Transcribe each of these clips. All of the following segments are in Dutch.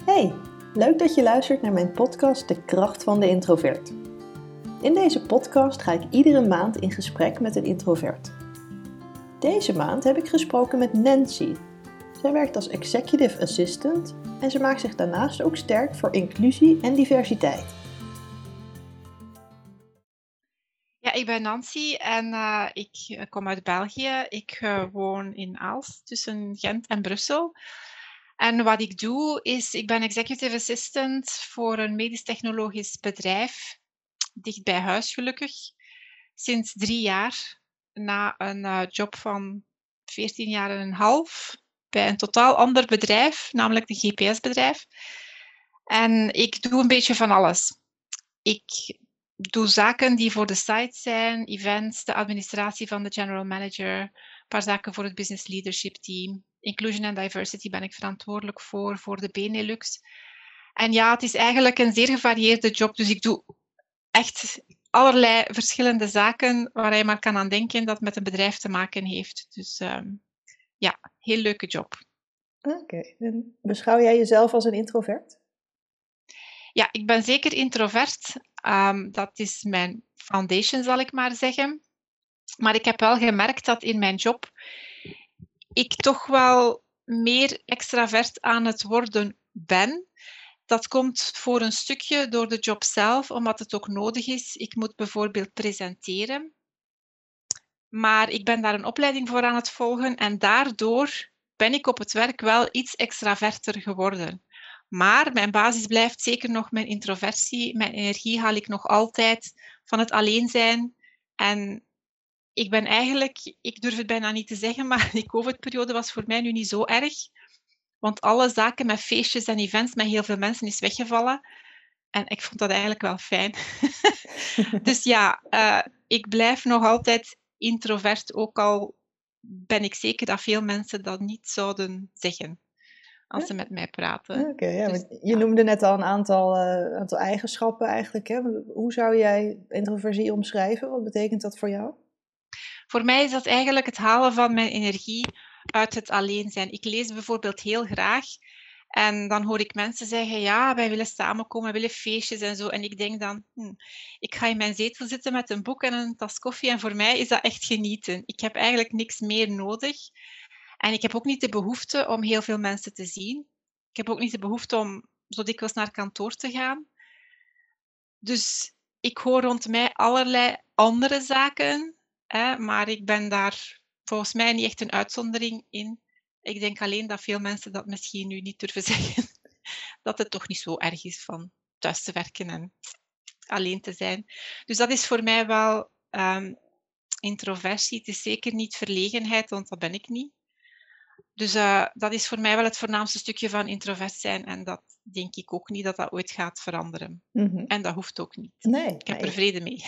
Hey, leuk dat je luistert naar mijn podcast De Kracht van de Introvert. In deze podcast ga ik iedere maand in gesprek met een introvert. Deze maand heb ik gesproken met Nancy. Zij werkt als executive assistant en ze maakt zich daarnaast ook sterk voor inclusie en diversiteit. Ja, ik ben Nancy en ik kom uit België. Ik woon in Aalst, tussen Gent en Brussel. En wat ik doe is, ik ben executive assistant voor een medisch-technologisch bedrijf, dicht bij huis gelukkig, sinds 3 jaar, na een job van 14 jaar en een half bij een totaal ander bedrijf, namelijk een GPS-bedrijf. En ik doe een beetje van alles. Ik doe zaken die voor de site zijn, events, de administratie van de general manager, een paar zaken voor het business leadership team. Inclusion and diversity ben ik verantwoordelijk voor de Benelux. En ja, het is eigenlijk een zeer gevarieerde job, dus ik doe echt allerlei verschillende zaken waar je maar kan aan denken dat met een bedrijf te maken heeft. Dus ja, heel leuke job. Oké, en beschouw jij jezelf als een introvert? Ja, ik ben zeker introvert. Dat is mijn foundation, zal ik maar zeggen. Maar ik heb wel gemerkt dat in mijn job ik toch wel meer extravert aan het worden ben. Dat komt voor een stukje door de job zelf, omdat het ook nodig is. Ik moet bijvoorbeeld presenteren, maar ik ben daar een opleiding voor aan het volgen en daardoor ben ik op het werk wel iets extraverter geworden. Maar mijn basis blijft zeker nog mijn introversie. Mijn energie haal ik nog altijd van het alleen zijn. En ik ben eigenlijk, ik durf het bijna niet te zeggen, maar die COVID-periode was voor mij nu niet zo erg. Want alle zaken met feestjes en events met heel veel mensen is weggevallen. En ik vond dat eigenlijk wel fijn. Dus ja, ik blijf nog altijd introvert, ook al ben ik zeker dat veel mensen dat niet zouden zeggen als ze met mij praten. Oké, ja, Dus, want je noemde net al een aantal eigenschappen eigenlijk. Hè? Hoe zou jij introversie omschrijven? Wat betekent dat voor jou? voor mij is dat eigenlijk het halen van mijn energie uit het alleen zijn. Ik lees bijvoorbeeld heel graag en dan hoor ik mensen zeggen, ja, wij willen samenkomen, wij willen feestjes en zo. En ik denk dan, ik ga in mijn zetel zitten met een boek en een tas koffie en voor mij is dat echt genieten. Ik heb eigenlijk niks meer nodig. En ik heb ook niet de behoefte om heel veel mensen te zien. Ik heb ook niet de behoefte om zo dikwijls naar kantoor te gaan. Dus ik hoor rond mij allerlei andere zaken, maar ik ben daar volgens mij niet echt een uitzondering in. Ik denk alleen dat veel mensen dat misschien nu niet durven zeggen, dat het toch niet zo erg is van thuis te werken en alleen te zijn. Dus dat is voor mij wel introversie. Het is zeker niet verlegenheid, want dat ben ik niet. Dus dat is voor mij wel het voornaamste stukje van introvert zijn en dat denk ik ook niet dat dat ooit gaat veranderen. En dat hoeft ook niet. Nee. Ik heb er vrede mee.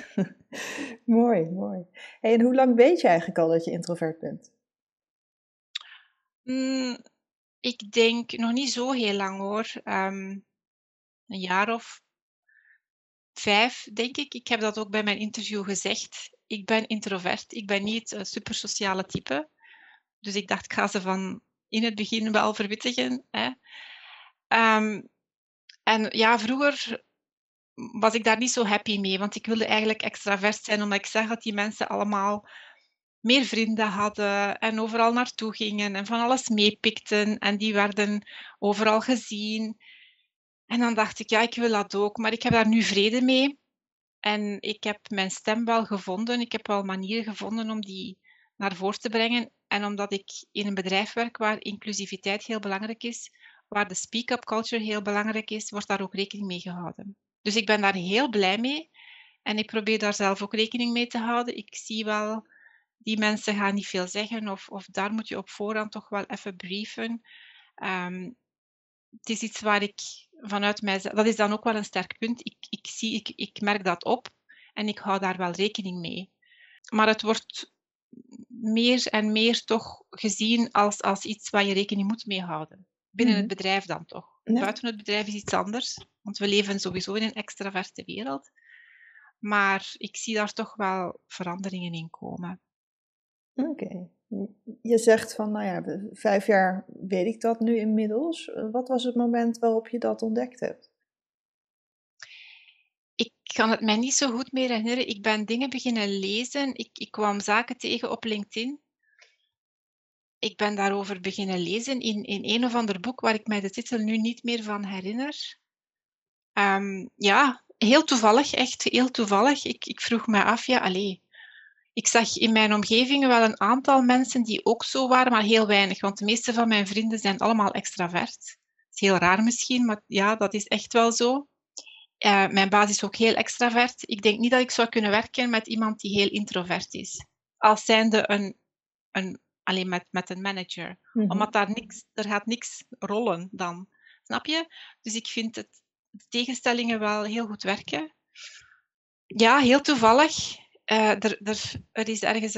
Mooi, mooi. Hey, en hoe lang weet je eigenlijk al dat je introvert bent? Ik denk nog niet zo heel lang hoor. Een jaar of 5, denk ik. Ik heb dat ook bij mijn interview gezegd. Ik ben introvert. Ik ben niet het supersociale type. Dus ik dacht, ik ga ze van in het begin wel verwittigen. Hè. En ja, vroeger was ik daar niet zo happy mee, want ik wilde eigenlijk extravert zijn, omdat ik zag dat die mensen allemaal meer vrienden hadden en overal naartoe gingen en van alles meepikten en die werden overal gezien. En dan dacht ik, ja, ik wil dat ook, maar ik heb daar nu vrede mee. En ik heb mijn stem wel gevonden. Ik heb wel manieren gevonden om die naar voren te brengen. En omdat ik in een bedrijf werk waar inclusiviteit heel belangrijk is, waar de speak-up culture heel belangrijk is, wordt daar ook rekening mee gehouden. Dus ik ben daar heel blij mee. En ik probeer daar zelf ook rekening mee te houden. Ik zie wel, die mensen gaan niet veel zeggen of daar moet je op voorhand toch wel even brieven. Het is iets waar ik vanuit mijzelf, dat is dan ook wel een sterk punt. Ik merk dat op en ik hou daar wel rekening mee. Maar het wordt meer en meer toch gezien als iets waar je rekening moet mee houden. Binnen het bedrijf dan toch. Ja. Buiten het bedrijf is iets anders, want we leven sowieso in een extraverte wereld. Maar ik zie daar toch wel veranderingen in komen. Oké. Je zegt van, 5 jaar weet ik dat nu inmiddels. Wat was het moment waarop je dat ontdekt hebt? Ik kan het mij niet zo goed meer herinneren. Ik ben dingen beginnen lezen. Ik kwam zaken tegen op LinkedIn. Ik ben daarover beginnen lezen in een of ander boek waar ik mij de titel nu niet meer van herinner. Ja, heel toevallig, echt heel toevallig. Ik vroeg me af, ik zag in mijn omgeving wel een aantal mensen die ook zo waren, maar heel weinig, want de meeste van mijn vrienden zijn allemaal extravert. Dat is heel raar misschien, maar ja, dat is echt wel zo. Mijn baas is ook heel extravert. Ik denk niet dat ik zou kunnen werken met iemand die heel introvert is. Als zijnde alleen met een manager. Omdat er gaat niks rollen dan. Snap je? Dus ik vind de tegenstellingen wel heel goed werken. Ja, heel toevallig. Er is ergens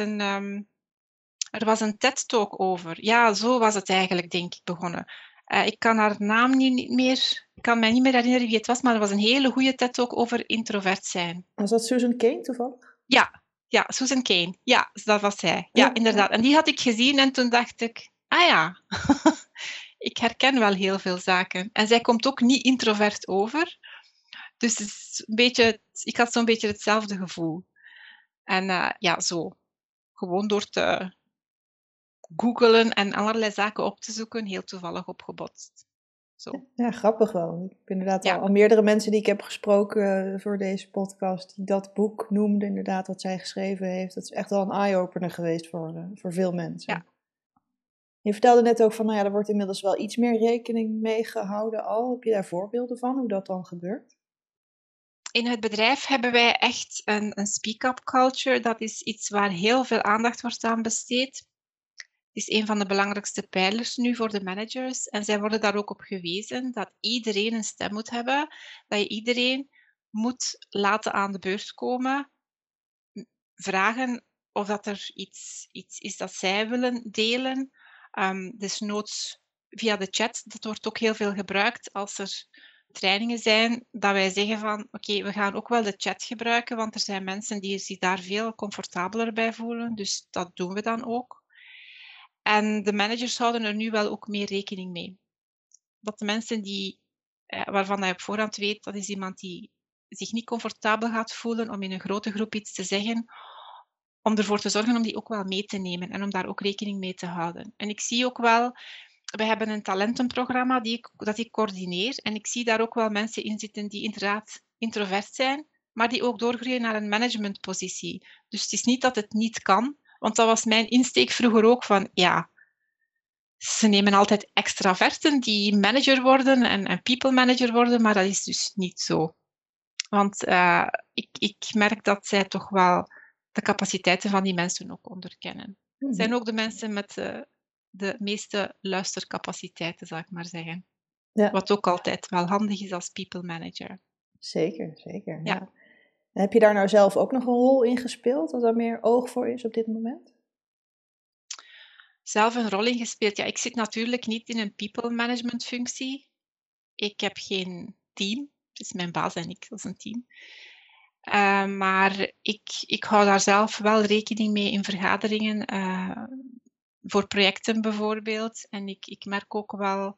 er was een TED-talk over. Ja, zo was het eigenlijk, denk ik, begonnen. Ik kan haar naam niet meer... Ik kan mij niet meer herinneren wie het was, maar er was een hele goede TED-talk over introvert zijn. Was dat Susan Cain toevallig? Ja, Susan Cain. Ja, dat was zij. Ja, inderdaad. En die had ik gezien en toen dacht ik... Ah ja, ik herken wel heel veel zaken. En zij komt ook niet introvert over. Dus het is een beetje, ik had zo'n beetje hetzelfde gevoel. En ja, zo. Gewoon door te googelen en allerlei zaken op te zoeken, heel toevallig opgebotst. Zo. Ja, grappig wel. Ik heb inderdaad Ja. al meerdere mensen die ik heb gesproken voor deze podcast, die dat boek noemden, inderdaad, wat zij geschreven heeft. Dat is echt wel een eye-opener geweest voor veel mensen. Ja. Je vertelde net ook van, er wordt inmiddels wel iets meer rekening mee gehouden al. Heb je daar voorbeelden van, hoe dat dan gebeurt? In het bedrijf hebben wij echt een speak-up culture. Dat is iets waar heel veel aandacht wordt aan besteed. Het is een van de belangrijkste pijlers nu voor de managers. En zij worden daar ook op gewezen dat iedereen een stem moet hebben. Dat je iedereen moet laten aan de beurt komen. Vragen of dat er iets is dat zij willen delen. Desnoods via de chat. Dat wordt ook heel veel gebruikt als er trainingen zijn, dat wij zeggen van oké, we gaan ook wel de chat gebruiken, want er zijn mensen die zich daar veel comfortabeler bij voelen. Dus dat doen we dan ook. En de managers houden er nu wel ook meer rekening mee. Dat de mensen waarvan je op voorhand weet, dat is iemand die zich niet comfortabel gaat voelen om in een grote groep iets te zeggen, om ervoor te zorgen om die ook wel mee te nemen en om daar ook rekening mee te houden. En ik zie ook wel, we hebben een talentenprogramma dat ik coördineer en ik zie daar ook wel mensen in zitten die inderdaad introvert zijn, maar die ook doorgroeien naar een managementpositie. Dus het is niet dat het niet kan, want dat was mijn insteek vroeger ook van, ja, ze nemen altijd extraverten die manager worden en people manager worden, maar dat is dus niet zo. Want ik merk dat zij toch wel de capaciteiten van die mensen ook onderkennen. Het zijn ook de mensen met de meeste luistercapaciteiten, zal ik maar zeggen. Ja. Wat ook altijd wel handig is als people manager. Zeker. Ja. Heb je daar nou zelf ook nog een rol in gespeeld, dat er meer oog voor is op dit moment? Zelf een rol in gespeeld? Ja, ik zit natuurlijk niet in een people management functie. Ik heb geen team. Het is mijn baas en ik, dat is een team. Maar ik hou daar zelf wel rekening mee in vergaderingen, voor projecten bijvoorbeeld. En ik merk ook wel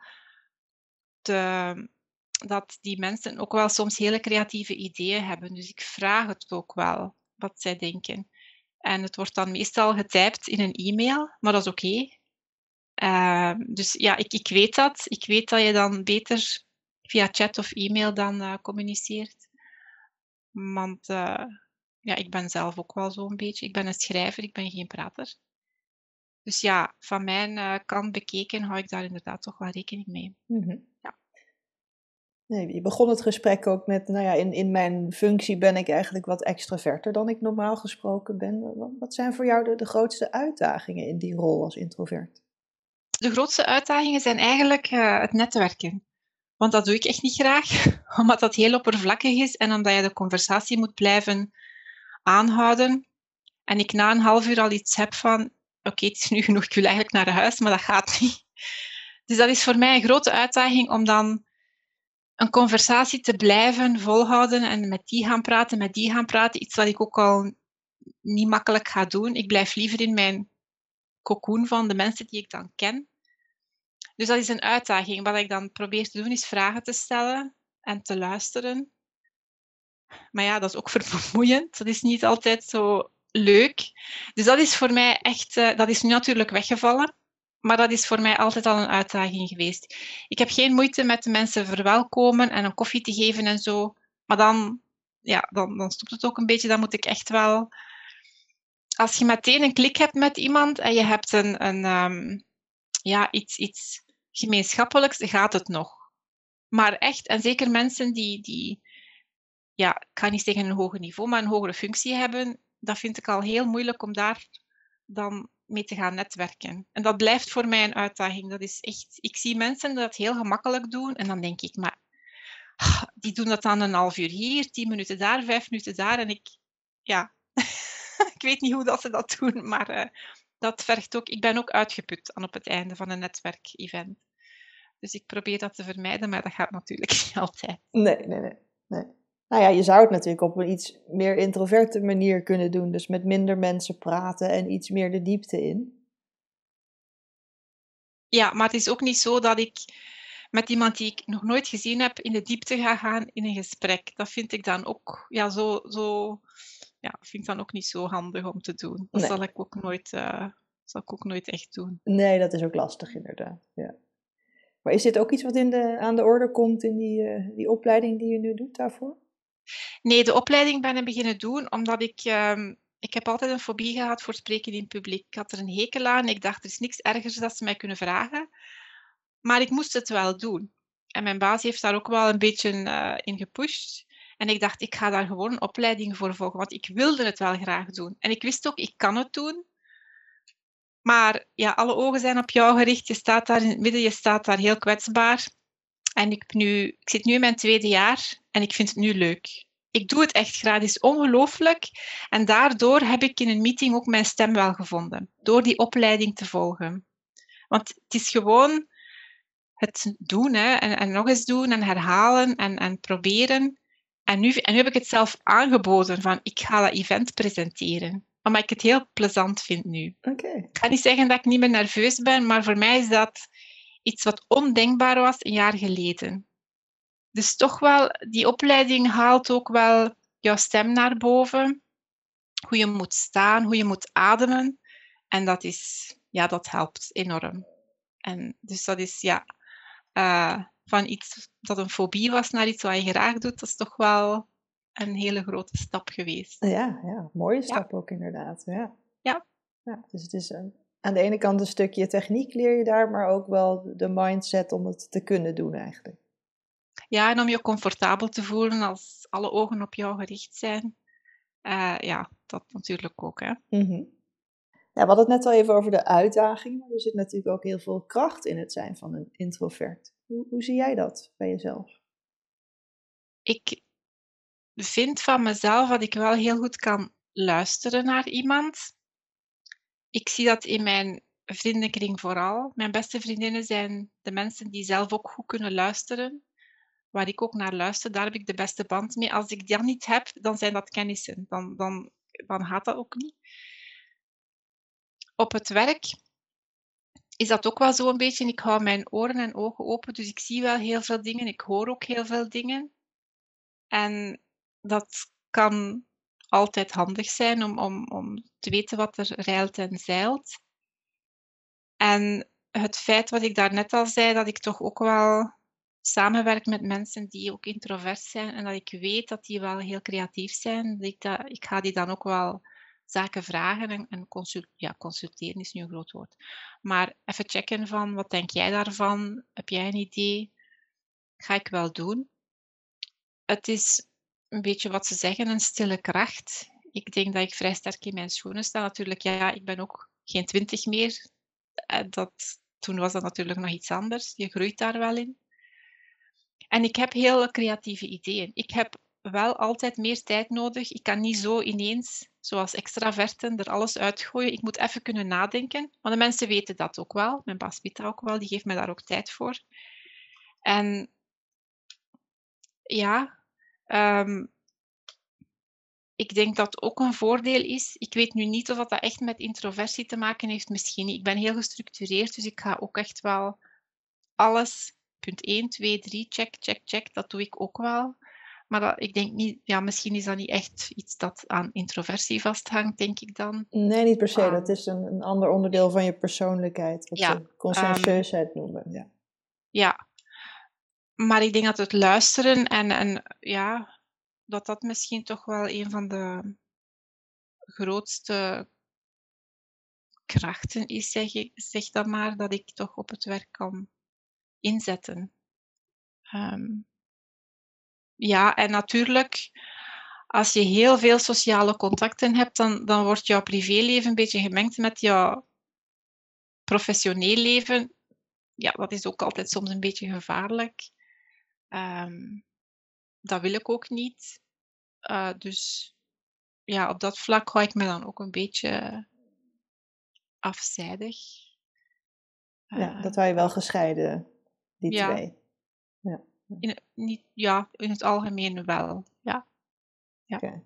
dat die mensen ook wel soms hele creatieve ideeën hebben. Dus ik vraag het ook wel, wat zij denken. En het wordt dan meestal getypt in een e-mail, maar dat is oké. Dus ja, ik weet dat. Ik weet dat je dan beter via chat of e-mail dan communiceert. Want ja, ik ben zelf ook wel zo'n beetje. Ik ben een schrijver, ik ben geen prater. Dus ja, van mijn kant bekeken hou ik daar inderdaad toch wel rekening mee. Ja. Nee, je begon het gesprek ook met, in mijn functie ben ik eigenlijk wat extraverter dan ik normaal gesproken ben. Wat zijn voor jou de grootste uitdagingen in die rol als introvert? De grootste uitdagingen zijn eigenlijk het netwerken. Want dat doe ik echt niet graag, omdat dat heel oppervlakkig is en omdat je de conversatie moet blijven aanhouden. En ik na een half uur al iets heb van, oké, het is nu genoeg, ik wil eigenlijk naar huis, maar dat gaat niet. Dus dat is voor mij een grote uitdaging om dan een conversatie te blijven volhouden en met die gaan praten. Iets wat ik ook al niet makkelijk ga doen. Ik blijf liever in mijn cocoon van de mensen die ik dan ken. Dus dat is een uitdaging. Wat ik dan probeer te doen, is vragen te stellen en te luisteren. Maar ja, dat is ook vermoeiend. Dat is niet altijd zo leuk. Dus dat is voor mij echt... dat is nu natuurlijk weggevallen. Maar dat is voor mij altijd al een uitdaging geweest. Ik heb geen moeite met de mensen verwelkomen en een koffie te geven en zo. Maar dan stopt het ook een beetje. Dan moet ik echt wel... Als je meteen een klik hebt met iemand en je hebt iets gemeenschappelijks, gaat het nog. Maar echt, en zeker mensen die ik ga niet zeggen een hoger niveau, maar een hogere functie hebben, dat vind ik al heel moeilijk om daar dan mee te gaan netwerken. En dat blijft voor mij een uitdaging. Dat is echt... Ik zie mensen dat heel gemakkelijk doen en dan denk ik, maar die doen dat dan een half uur hier, 10 minuten daar, 5 minuten daar. En ik weet niet hoe dat ze dat doen, maar dat vergt ook... Ik ben ook uitgeput aan op het einde van een netwerkevent. Dus ik probeer dat te vermijden, maar dat gaat natuurlijk niet altijd. Nee. Nou ja, je zou het natuurlijk op een iets meer introverte manier kunnen doen. Dus met minder mensen praten en iets meer de diepte in. Ja, maar het is ook niet zo dat ik met iemand die ik nog nooit gezien heb in de diepte ga gaan in een gesprek. Dat vind ik dan ook, vind ik dan ook niet zo handig om te doen. Dat Nee. zal ik ook nooit echt doen. Nee, dat is ook lastig inderdaad. Ja. Maar is dit ook iets wat aan de orde komt in die opleiding die je nu doet daarvoor? Nee, de opleiding ben ik beginnen doen omdat ik heb altijd een fobie gehad voor spreken in het publiek. Ik had er een hekel aan. Ik dacht, er is niks ergers dat ze mij kunnen vragen. Maar ik moest het wel doen. En mijn baas heeft daar ook wel een beetje in gepusht. En ik dacht, ik ga daar gewoon een opleiding voor volgen, want ik wilde het wel graag doen. En ik wist ook, ik kan het doen. Maar ja, alle ogen zijn op jou gericht. Je staat daar in het midden, je staat daar heel kwetsbaar. En ik zit nu in mijn 2e jaar en ik vind het nu leuk. Ik doe het echt graag, het is ongelooflijk. En daardoor heb ik in een meeting ook mijn stem wel gevonden. Door die opleiding te volgen. Want het is gewoon het doen, hè, en nog eens doen en herhalen en proberen. En nu heb ik het zelf aangeboden van ik ga dat event presenteren. Omdat ik het heel plezant vind nu. Oké. Ik ga niet zeggen dat ik niet meer nerveus ben, maar voor mij is dat iets wat ondenkbaar was een jaar geleden. Dus toch wel, die opleiding haalt ook wel jouw stem naar boven. Hoe je moet staan, hoe je moet ademen. En dat helpt enorm. En dus dat is, van iets dat een fobie was naar iets wat je graag doet, dat is toch wel een hele grote stap geweest. Ja, mooie stap ook inderdaad. Ja. Ja. Dus het is aan de ene kant een stukje techniek leer je daar, maar ook wel de mindset om het te kunnen doen eigenlijk. Ja, en om je comfortabel te voelen als alle ogen op jou gericht zijn. Dat natuurlijk ook. Hè. Mm-hmm. Ja, we hadden het net al even over de uitdaging, maar er zit natuurlijk ook heel veel kracht in het zijn van een introvert. Hoe zie jij dat bij jezelf? Ik vind van mezelf dat ik wel heel goed kan luisteren naar iemand. Ik zie dat in mijn vriendenkring vooral. Mijn beste vriendinnen zijn de mensen die zelf ook goed kunnen luisteren. Waar ik ook naar luister, daar heb ik de beste band mee. Als ik dat niet heb, dan zijn dat kennissen. Dan gaat dat ook niet. Op het werk is dat ook wel zo een beetje. Ik hou mijn oren en ogen open, dus ik zie wel heel veel dingen. Ik hoor ook heel veel dingen. En dat kan altijd handig zijn om te weten wat er reilt en zeilt. En het feit wat ik daarnet al zei, dat ik toch ook wel samenwerk met mensen die ook introvert zijn en dat ik weet dat die wel heel creatief zijn. Ik ga die dan ook wel zaken vragen en consulteren is nu een groot woord. Maar even checken van, wat denk jij daarvan? Heb jij een idee? Ga ik wel doen. Het is een beetje wat ze zeggen, een stille kracht. Ik denk dat ik vrij sterk in mijn schoenen sta. Natuurlijk, ik ben ook geen 20 meer. Toen was dat natuurlijk nog iets anders. Je groeit daar wel in. En ik heb heel creatieve ideeën. Ik heb wel altijd meer tijd nodig. Ik kan niet zo ineens, zoals extraverten, er alles uitgooien. Ik moet even kunnen nadenken. Want de mensen weten dat ook wel. Mijn baas weet dat ook wel. Die geeft mij daar ook tijd voor. En ik denk dat het ook een voordeel is. Ik weet nu niet of dat echt met introversie te maken heeft. Misschien niet. Ik ben heel gestructureerd, dus ik ga ook echt wel alles, punt 1, 2, 3, check, check, check. Dat doe ik ook wel. Maar ik denk niet, ja, misschien is dat niet echt iets dat aan introversie vasthangt, denk ik dan. Nee, niet per se. Dat Um, is een ander onderdeel van je persoonlijkheid, wat ja, ze conscientieusheid noemen. Ja. ja, maar ik denk dat het luisteren en ja, dat misschien toch wel een van de grootste krachten is, zeg dat maar, dat ik toch op het werk kan inzetten. Ja, en natuurlijk, als je heel veel sociale contacten hebt, dan wordt jouw privéleven een beetje gemengd met jouw professioneel leven. Ja, dat is ook altijd soms een beetje gevaarlijk. Dat wil ik ook niet. Dus ja, op dat vlak hou ik me dan ook een beetje afzijdig. Ja, dat hou je wel gescheiden, die Ja, twee. Ja. in het algemeen wel. Ja. Oké.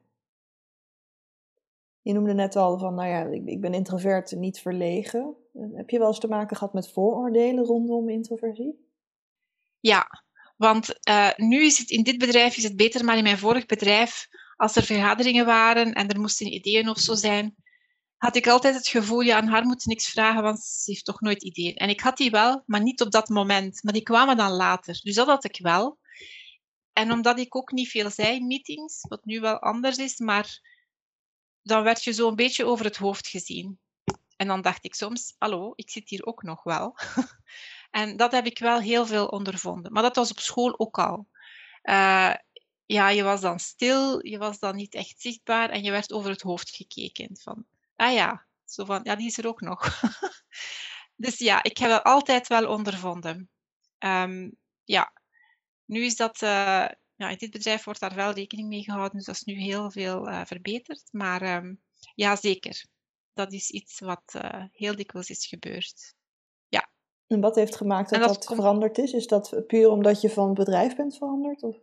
Je noemde net al van, nou ja, ik ben introvert, niet verlegen. Heb je wel eens te maken gehad met vooroordelen rondom introversie? Ja, want nu is het in dit bedrijf is het beter, maar in mijn vorig bedrijf, als er vergaderingen waren en er moesten ideeën of zo zijn, had ik altijd het gevoel, ja, aan haar moet je niks vragen, want ze heeft toch nooit ideeën. En ik had die wel, maar niet op dat moment. Maar die kwamen dan later. Dus dat had ik wel. En omdat ik ook niet veel zei in meetings, wat nu wel anders is, maar dan werd je zo een beetje over het hoofd gezien. En dan dacht ik soms, hallo, ik zit hier ook nog wel. En dat heb ik wel heel veel ondervonden. Maar dat was op school ook al. Ja, je was dan stil, je was dan niet echt zichtbaar en je werd over het hoofd gekeken. Van, ah ja, zo van, ja, die is er ook nog. Dus ja, ik heb dat altijd wel ondervonden. Ja, nu is dat, ja, in dit bedrijf wordt daar wel rekening mee gehouden, dus dat is nu heel veel verbeterd. Maar ja, zeker. Dat is iets wat heel dikwijls is gebeurd. Ja. En wat heeft gemaakt En dat dat dat komt veranderd is? Is dat puur omdat je van bedrijf bent veranderd? Of?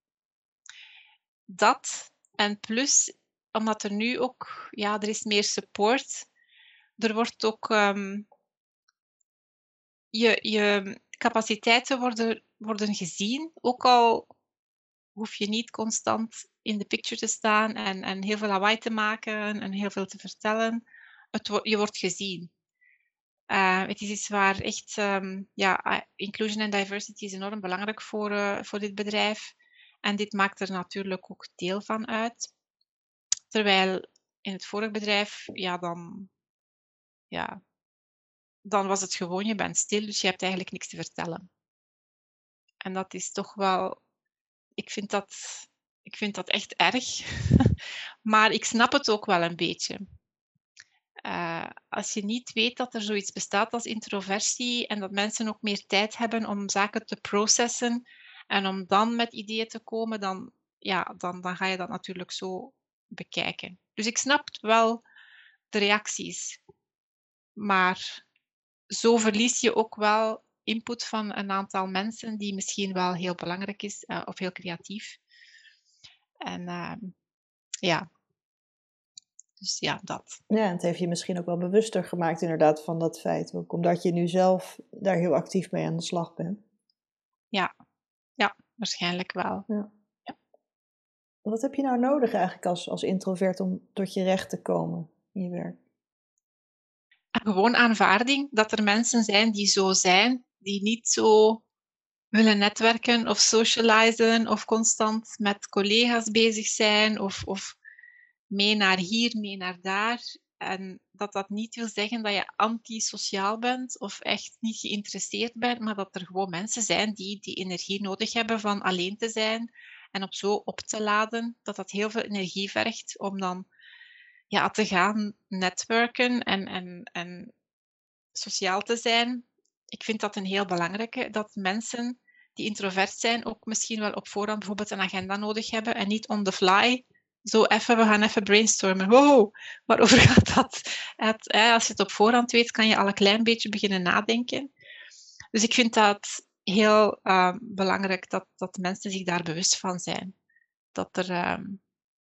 dat en plus omdat er nu ook, ja, er is meer support. Er wordt ook, je capaciteiten worden gezien, ook al hoef je niet constant in de picture te staan en heel veel lawaai te maken en heel veel te vertellen. Je wordt gezien. Het is iets waar echt, ja, inclusion en diversity is enorm belangrijk voor dit bedrijf. En dit maakt er natuurlijk ook deel van uit. Terwijl in het vorige bedrijf, ja, dan was het gewoon, je bent stil, dus je hebt eigenlijk niks te vertellen. En dat is toch wel, ik vind dat, ik vind dat echt erg. Maar ik snap het ook wel een beetje. Als je niet weet dat er zoiets bestaat als introversie en dat mensen ook meer tijd hebben om zaken te processen en om dan met ideeën te komen, dan, ja, dan ga je dat natuurlijk zo bekijken. Dus ik snap wel de reacties, maar zo verlies je ook wel input van een aantal mensen die misschien wel heel belangrijk is of heel creatief. En ja, dus ja, dat. Ja, en het heeft je misschien ook wel bewuster gemaakt inderdaad van dat feit. Ook omdat je nu zelf daar heel actief mee aan de slag bent. Ja, ja, waarschijnlijk wel. Ja. Ja. Wat heb je nou nodig eigenlijk als introvert om tot je recht te komen in je werk? Gewoon aanvaarding dat er mensen zijn die zo zijn, die niet zo willen netwerken of socializen of constant met collega's bezig zijn of mee naar hier, mee naar daar. En dat dat niet wil zeggen dat je antisociaal bent of echt niet geïnteresseerd bent, maar dat er gewoon mensen zijn die die energie nodig hebben van alleen te zijn en op zo op te laden, dat dat heel veel energie vergt om dan ja, te gaan netwerken en sociaal te zijn. Ik vind dat een heel belangrijke, dat mensen die introvert zijn ook misschien wel op voorhand bijvoorbeeld een agenda nodig hebben en niet on the fly. Zo even, we gaan even brainstormen. Wow, waarover gaat dat? Als je het op voorhand weet, kan je al een klein beetje beginnen nadenken. Dus ik vind dat heel belangrijk dat mensen zich daar bewust van zijn. Dat er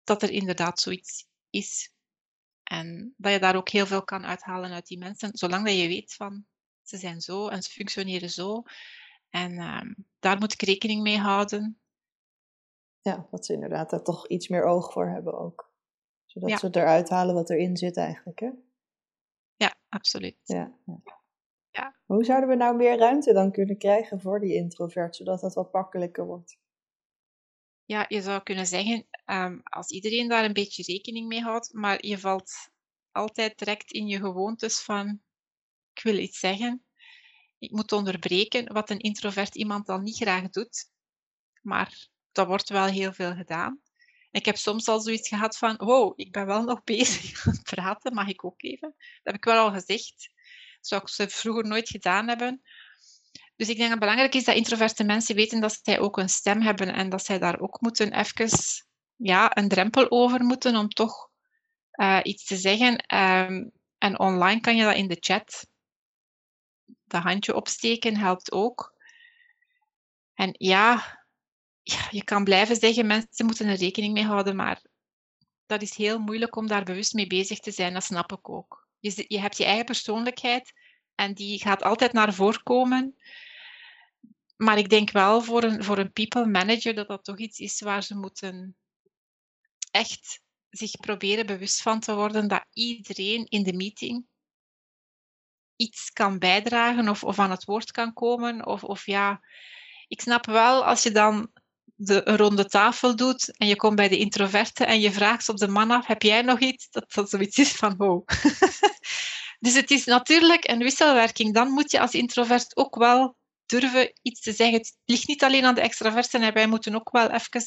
dat er inderdaad zoiets is. En dat je daar ook heel veel kan uithalen uit die mensen, zolang dat je weet van, ze zijn zo en ze functioneren zo. En daar moet ik rekening mee houden. Ja, dat ze inderdaad daar toch iets meer oog voor hebben ook. Zodat Ja. ze eruit halen wat erin zit eigenlijk, hè? Ja, absoluut. Ja. Ja. Hoe zouden we nou meer ruimte dan kunnen krijgen voor die introvert, zodat dat wat makkelijker wordt? Ja, je zou kunnen zeggen, als iedereen daar een beetje rekening mee houdt, maar je valt altijd direct in je gewoontes van, ik wil iets zeggen, ik moet onderbreken, wat een introvert iemand dan niet graag doet. Maar dat wordt wel heel veel gedaan. Ik heb soms al zoiets gehad van, wow, ik ben wel nog bezig aan het praten, mag ik ook even? Dat heb ik wel al gezegd. Dat zou ik ze vroeger nooit gedaan hebben. Dus ik denk dat het belangrijk is dat introverte mensen weten dat zij ook een stem hebben en dat zij daar ook moeten even een drempel over moeten om toch iets te zeggen. En online kan je dat in de chat. Dat handje opsteken helpt ook. En ja, je kan blijven zeggen, mensen moeten er rekening mee houden, maar dat is heel moeilijk om daar bewust mee bezig te zijn, dat snap ik ook. Je hebt je eigen persoonlijkheid en die gaat altijd naar voren komen. Maar ik denk wel voor een people manager dat dat toch iets is waar ze moeten echt zich proberen bewust van te worden dat iedereen in de meeting iets kan bijdragen of aan het woord kan komen. Of ja, ik snap wel als je dan een ronde tafel doet en je komt bij de introverte en je vraagt op de man af, heb jij nog iets? Dat zoiets is van, wow. Dus het is natuurlijk een wisselwerking. Dan moet je als introvert ook wel durven iets te zeggen. Het ligt niet alleen aan de extraverten en wij moeten ook wel even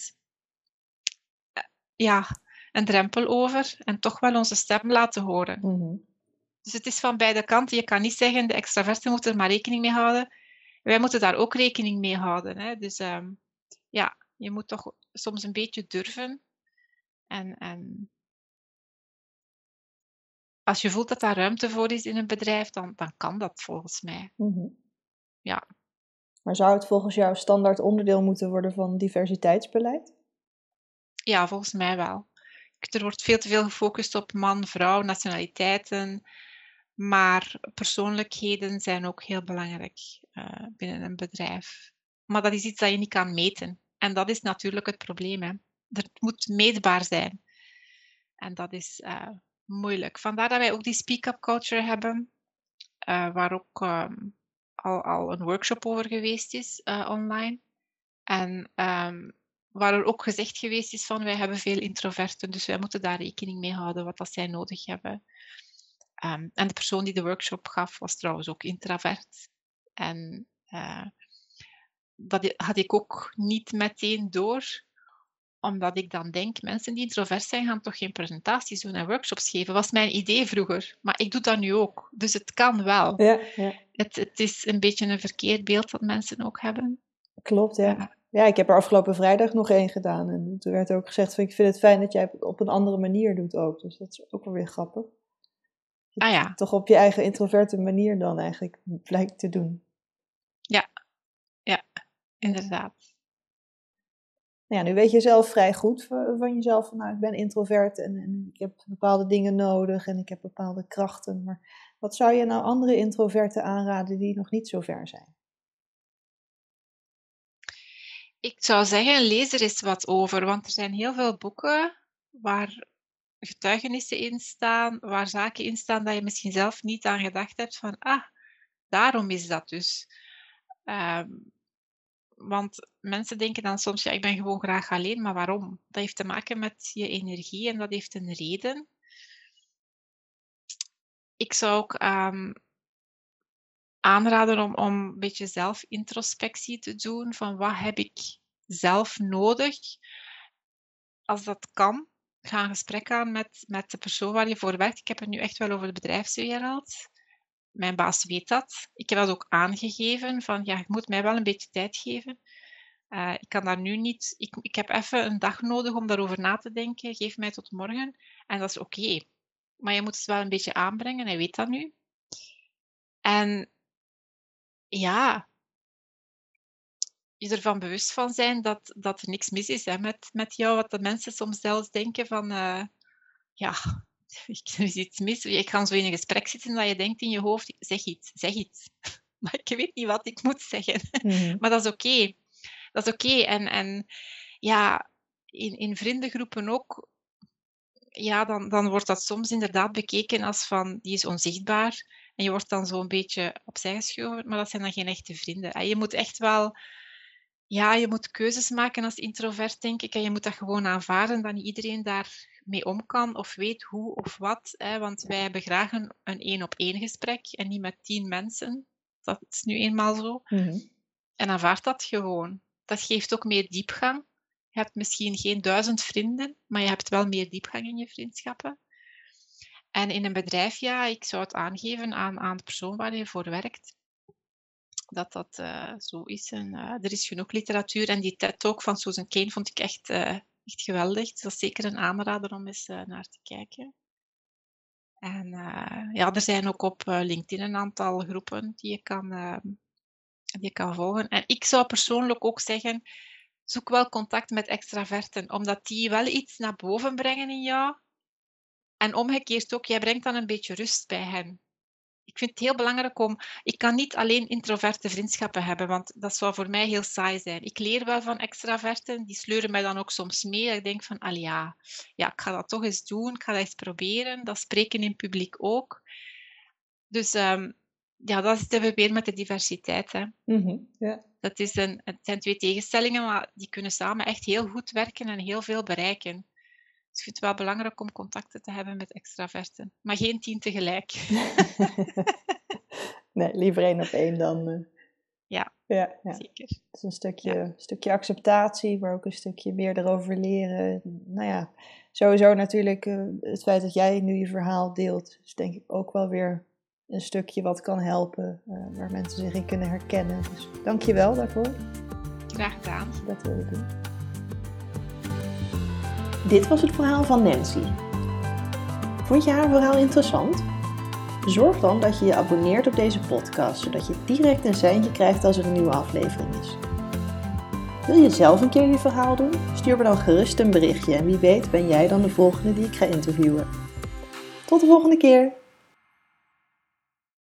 een drempel over en toch wel onze stem laten horen. Mm-hmm. Dus het is van beide kanten. Je kan niet zeggen, de extraverten moeten er maar rekening mee houden. Wij moeten daar ook rekening mee houden. Hè. Dus je moet toch soms een beetje durven. En als je voelt dat daar ruimte voor is in een bedrijf, dan kan dat volgens mij. Mm-hmm. Ja. Maar zou het volgens jou standaard onderdeel moeten worden van diversiteitsbeleid? Ja, volgens mij wel. Er wordt veel te veel gefocust op man, vrouw, nationaliteiten. Maar persoonlijkheden zijn ook heel belangrijk binnen een bedrijf. Maar dat is iets dat je niet kan meten. En dat is natuurlijk het probleem. Hè. Het moet meetbaar zijn. En dat is moeilijk. Vandaar dat wij ook die speak-up culture hebben, waar ook al een workshop over geweest is online. En waar er ook gezegd geweest is van wij hebben veel introverten, dus wij moeten daar rekening mee houden wat dat zij nodig hebben. En de persoon die de workshop gaf was trouwens ook introvert. En dat had ik ook niet meteen door, omdat ik dan denk, mensen die introvert zijn, gaan toch geen presentaties doen en workshops geven. Was mijn idee vroeger, maar ik doe dat nu ook. Dus het kan wel. Ja. Het is een beetje een verkeerd beeld dat mensen ook hebben. Klopt, ja. Ja, ik heb er afgelopen vrijdag nog één gedaan. En toen werd ook gezegd, van, ik vind het fijn dat jij het op een andere manier doet ook. Dus dat is ook wel weer grappig. Toch op je eigen introverte manier dan eigenlijk blijkt te doen. Ja, inderdaad. Ja, nu weet je zelf vrij goed van jezelf. Van, nou, ik ben introvert en ik heb bepaalde dingen nodig en ik heb bepaalde krachten. Maar wat zou je nou andere introverten aanraden die nog niet zo ver zijn? Ik zou zeggen, lees er eens wat over, want er zijn heel veel boeken waar getuigenissen in staan, waar zaken in staan dat je misschien zelf niet aan gedacht hebt van, daarom is dat dus. Want mensen denken dan soms, ik ben gewoon graag alleen, maar waarom? Dat heeft te maken met je energie en dat heeft een reden. Ik zou ook aanraden om een beetje zelfintrospectie te doen, van wat heb ik zelf nodig? Als dat kan, ga een gesprek aan met de persoon waar je voor werkt. Ik heb het nu echt wel over de bedrijfswereld. Mijn baas weet dat. Ik heb dat ook aangegeven, van je moet mij wel een beetje tijd geven. Ik kan daar nu niet... Ik heb even een dag nodig om daarover na te denken. Geef mij tot morgen. En dat is oké. Maar je moet het wel een beetje aanbrengen. Hij weet dat nu. En ja, je ervan bewust van zijn dat er niks mis is hè, met jou. Wat de mensen soms zelfs denken van, ja, er is iets mis. Je kan zo in een gesprek zitten dat je denkt in je hoofd, zeg iets, zeg iets. Maar ik weet niet wat ik moet zeggen. Maar dat is oké. Dat is oké. En ja, in vriendengroepen ook, ja, dan wordt dat soms inderdaad bekeken als van, die is onzichtbaar. En je wordt dan zo'n beetje opzij geschoven, maar dat zijn dan geen echte vrienden. En je moet echt wel, ja, je moet keuzes maken als introvert, denk ik. En je moet dat gewoon aanvaarden, dat niet iedereen daarmee om kan of weet hoe of wat. Hè, want wij hebben graag een 1-op-1 gesprek en niet met 10 mensen. Dat is nu eenmaal zo. En aanvaard dat gewoon. Dat geeft ook meer diepgang. Je hebt misschien geen 1000 vrienden, maar je hebt wel meer diepgang in je vriendschappen. En in een bedrijf, ja, ik zou het aangeven aan de persoon waar je voor werkt, dat zo is. En er is genoeg literatuur. En die TED-talk van Susan Cain vond ik echt geweldig. Dus dat is zeker een aanrader om eens naar te kijken. En ja, er zijn ook op LinkedIn een aantal groepen die je kan volgen. En ik zou persoonlijk ook zeggen, zoek wel contact met extraverten, omdat die wel iets naar boven brengen in jou. En omgekeerd ook, jij brengt dan een beetje rust bij hen. Ik vind het heel belangrijk ik kan niet alleen introverte vriendschappen hebben, want dat zou voor mij heel saai zijn. Ik leer wel van extraverten, die sleuren mij dan ook soms mee. Ik denk van, ja, ik ga dat toch eens doen, ik ga dat eens proberen. Dat spreken in publiek ook. Dus ja, dat zitten we weer met de diversiteit. Hè. Ja. Het zijn 2 tegenstellingen, maar die kunnen samen echt heel goed werken en heel veel bereiken. Dus ik vind het wel belangrijk om contacten te hebben met extraverten. Maar geen 10 tegelijk. Nee, liever 1-op-1 dan... Ja, zeker. Het is een stukje acceptatie, maar ook een stukje meer erover leren. Nou ja, sowieso natuurlijk het feit dat jij nu je verhaal deelt, is denk ik ook wel weer een stukje wat kan helpen, waar mensen zich in kunnen herkennen. Dus dank je wel daarvoor. Graag gedaan. Dat wilde doen. Dit was het verhaal van Nancy. Vond je haar verhaal interessant? Zorg dan dat je je abonneert op deze podcast, zodat je direct een seintje krijgt als er een nieuwe aflevering is. Wil je zelf een keer je verhaal doen? Stuur me dan gerust een berichtje en wie weet ben jij dan de volgende die ik ga interviewen. Tot de volgende keer!